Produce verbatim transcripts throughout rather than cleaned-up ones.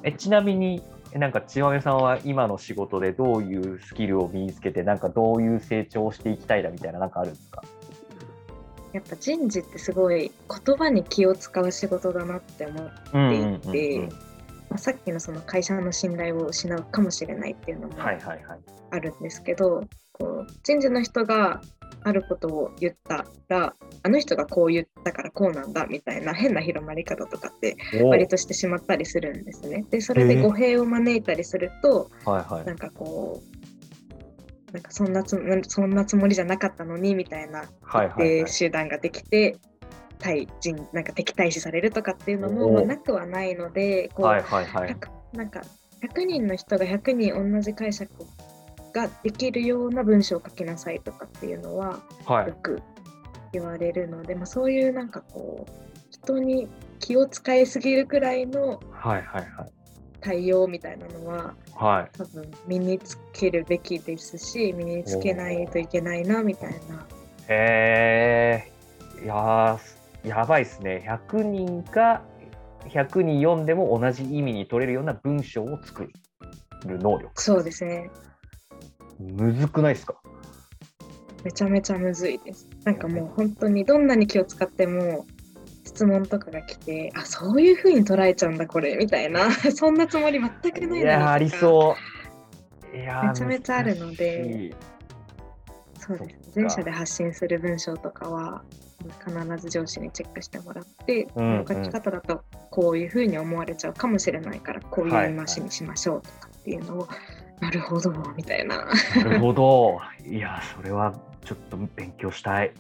えちなみになんか千葉さんは今の仕事でどういうスキルを身につけてなんかどういう成長をしていきたいだみたいななんかあるんですか？ やっぱ人事ってすごい言葉に気を使う仕事だなって思っていて、まあ、さっきのその会社の信頼を失うかもしれないっていうのもはいはいはい。 あるんですけど、こう人事の人があることを言ったら、あの人がこう言ったからこうなんだみたいな変な広まり方とかってお割としてしまったりするんですね。でそれでへえ語弊を招いたりすると、 はいはい。 なんかこうなんかそんなつそんなつもりじゃなかったのにみたいなはいはいはい。 一定集団ができて、対人なんか敵対視されるとかっていうのも、まあ、 おなくはないので、こう、 はいはいはい。 なんかひゃくにんの人がひゃくにん同じ解釈ができるような文章を書きなさいとかっていうのははい。 よく言われるので、まあ、そういうなんかこう人に気を使いすぎるくらいのはいはいはい。 対応みたいなのははい。 多分身につけるべきですし、身につけないといけないなみたいな。 へえ。いやー、やばいっすね。ひゃくにんがひゃくにん読んでも同じ意味に取れるような文章を作る能力。 そうですね。 むずくないですか？ めちゃめちゃむずいです。なんかもう本当にどんなに気を使っても質問とかが来て、あ、そういう風に捉えちゃうんだこれみたいなそんなつもり全くないのにとか、 いやー、ありそう。いやー、 めちゃめちゃあるの難で、 しい。 そうそっです。全社でか。 発信する文章とかは必ず上司にチェックしてもらって、 うんうん。 この書き方だとこういう風に思われちゃうかもしれないからこういうはいはい。 言い回しにしましょうとかっていうのを、なるほどみたいななるほど。いやー、それはちょっと勉強したい。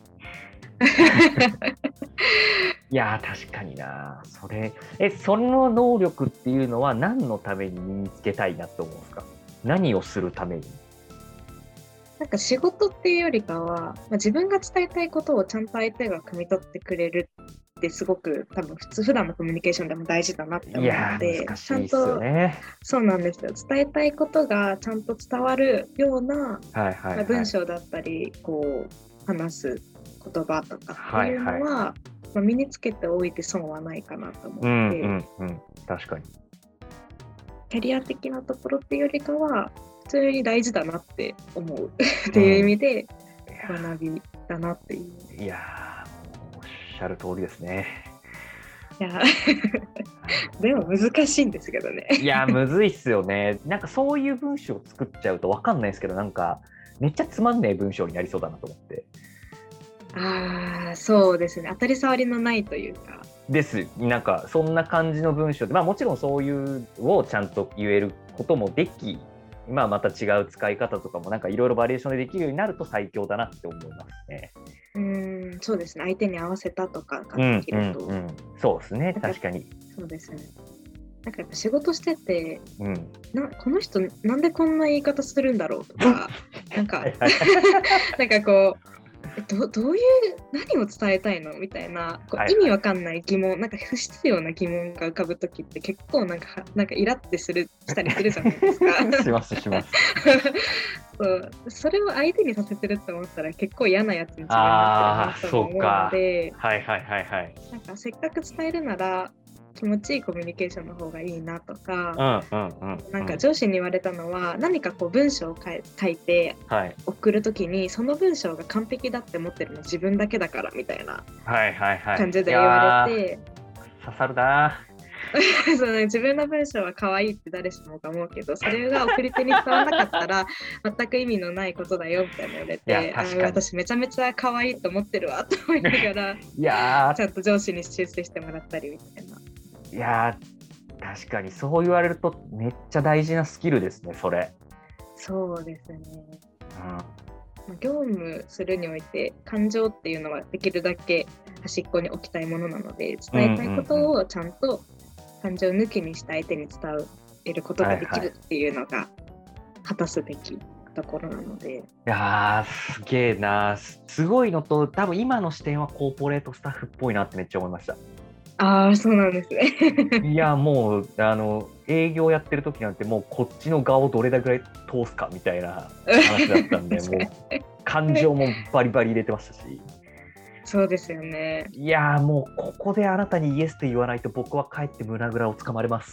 いやー、確かにな。それ、え、その能力っていうのは何のために身につけたいなと思うんですか？何をするために？ なんか仕事っていうよりかは、まあ、自分が伝えたいことをちゃんと相手が汲み取ってくれるってすごく多分普通普段のコミュニケーションでも大事だなって思ういやー、 ので、 難ちゃんしいっすよとね。 そうなんですよ。伝えたいことがちゃんと伝わるような、 はいはいまあ、 はい。 文章だったり、こう話す言葉とかってはいいうのは、 はいはい。 まあ、身につけておいて損はないかなと思っうんうて、 んうん。確かに。 キャリア的なところっていうよりかは、普通に大事だなって思うっていう意うん。 味でいや学びだなっていう。 ー、いやーもうおっしゃる通りですね。 いやでも難しいんですけどね。 いやー、むずいっすよね。なんかそういう文章を作っちゃうとわかんないですけど、なんかめっちゃつまんねえ文章になりそうだなと思って。 ああ、そうですね。当たり障りのないというか。 です。なんかそんな感じの文章で、まあもちろんそういうをちゃんと言えることもでき、まあまた違う使い方とかもなんかいろいろバリエーションでできるようになると最強だなって思いますね。 うーん、そうですね。相手に合わせたとかがでうんうんきると。 うん。そうですね。 なんか確かに。 そうですね。なんかやっぱ仕事してて、 うん。 なこの人なんでこんな言い方するんだろうとか、なんかはいはいなんかこう、えどどういう何を伝えたいのみたいなこうはいはい。 意味わかんない疑問、なんか不必要な疑問が浮かぶときって結構なんかなんかイラってするしたりするじゃないですか。 しますします。 そうそれを相手にさせてるって思ったら結構嫌なやつに自分になってるなああ、 とも思うのそうか。 で、 はいはいはいはい。 なんかせっかく伝えるなら気持ちいいコミュニケーションの方がいいなとか、 うんうんうんなんかうん。 上司に言われたのは何かこう文章を書い書いてはい。 送るときにその文章が完璧だって思ってるの自分だけだからみたいなはいはいはい。 感じいで言わやれて、 ー、刺さるなその自分の文章は可愛いって誰しもが思うけど、それが送り手に伝わらなかったら全く意味のないことだよみたいな言われいや、 て、あ確かに。 私めちゃめちゃ可愛いと思ってるわと思いながらいやちゃんと上司に修正してもらったりみたいな。 ー、いやー、確かにそう言われるとめっちゃ大事なスキルですね、それ。 そうですね。 うん、 業務するにおいて感情っていうのはできるだけ端っこに置きたいものなので、伝えたいことをちゃんと感情抜きにして相手に伝えることができるっていうのが果たすべきところなので、 いやー、すげえな。すごいのと、多分今の視点はコーポレートスタッフっぽいなってめっちゃ思いました。 ああ、そうなんですね。 いや、もう、あの、営業やってる時なんて、もうこっちの顔をどれだけ通すかみたいな話だったんで、もう、感情もバリバリ入れてましたし。 そうですよね。 いやー、もう、ここであなたにイエスって言わないと、僕は帰って胸ぐらをつかまれます。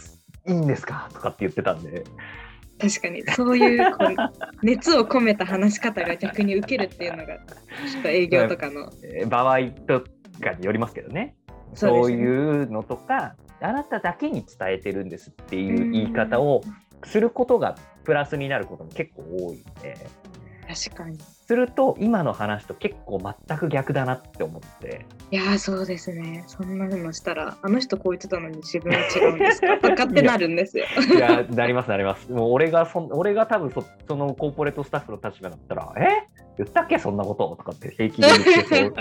いいんですかとかって言ってたんで。 確かにそういうこう熱を込めた話し方が逆に受けるっていうのがちょっと営業とかの場合とかによりますけどね。そういうのとか、あなただけに伝えてるんですっていう言い方をすることがプラスになることも結構多いんで。 確かに。 すると今の話と結構全く逆だなって思って。 いやそうですね。そんなのしたらあの人こう言ってたのに自分は違うんですかとかってなるんですよ。 いやなりますなります。もう俺がそ俺が多分 そ, そのコーポレートスタッフの立場だったらえ言ったっけそんなこととかって平気で言ってそう。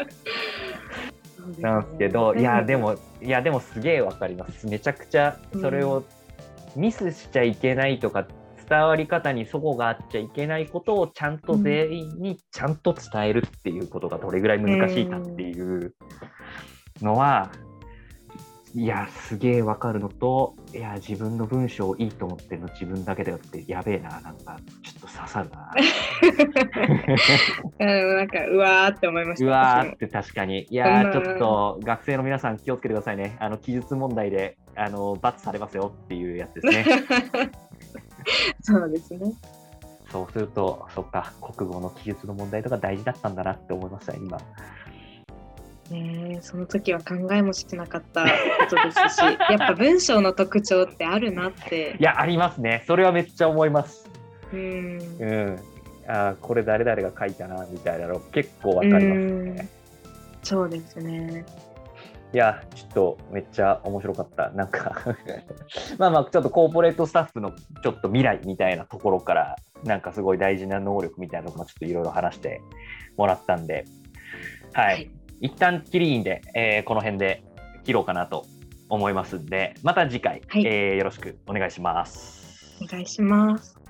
なんですけど、いやでもいやでもすげえわかります。めちゃくちゃそれをミスしちゃいけないとか、伝わり方に齟齬があっちゃいけないことをちゃんと全員にちゃんと伝えるっていうことがどれぐらい難しいかっていうのは、いやすげえわかるのと、いや自分の文章いいと思ってるの自分だけだよってやべえな、なんかちょっと刺さるな。 なんかうわーって思いました。 うわーって確かに。いやちょっと学生の皆さん気をつけてくださいね。あの記述問題であの罰されますよっていうやつですね。 そうですね。 そうすると、そっか、国語の記述の問題とか大事だったんだなって思いました今。 ね、その時は考えもしなかったことですし、やっぱ文章の特徴ってあるなって。 いやありますね。それはめっちゃ思います。 うん。 うん。あこれ誰々が書いたなみたいなの結構わかりますね。 そうですね。 いやちょっとめっちゃ面白かった。なんかまあまあちょっとコーポレートスタッフのちょっと未来みたいなところからなんかすごい大事な能力みたいなのもちょっといろいろ話してもらったんで、はい、はい、一旦切りいいんで、えー、この辺で切ろうかなと思いますんで、また次回、はい、えー、よろしくお願いします。 お願いします。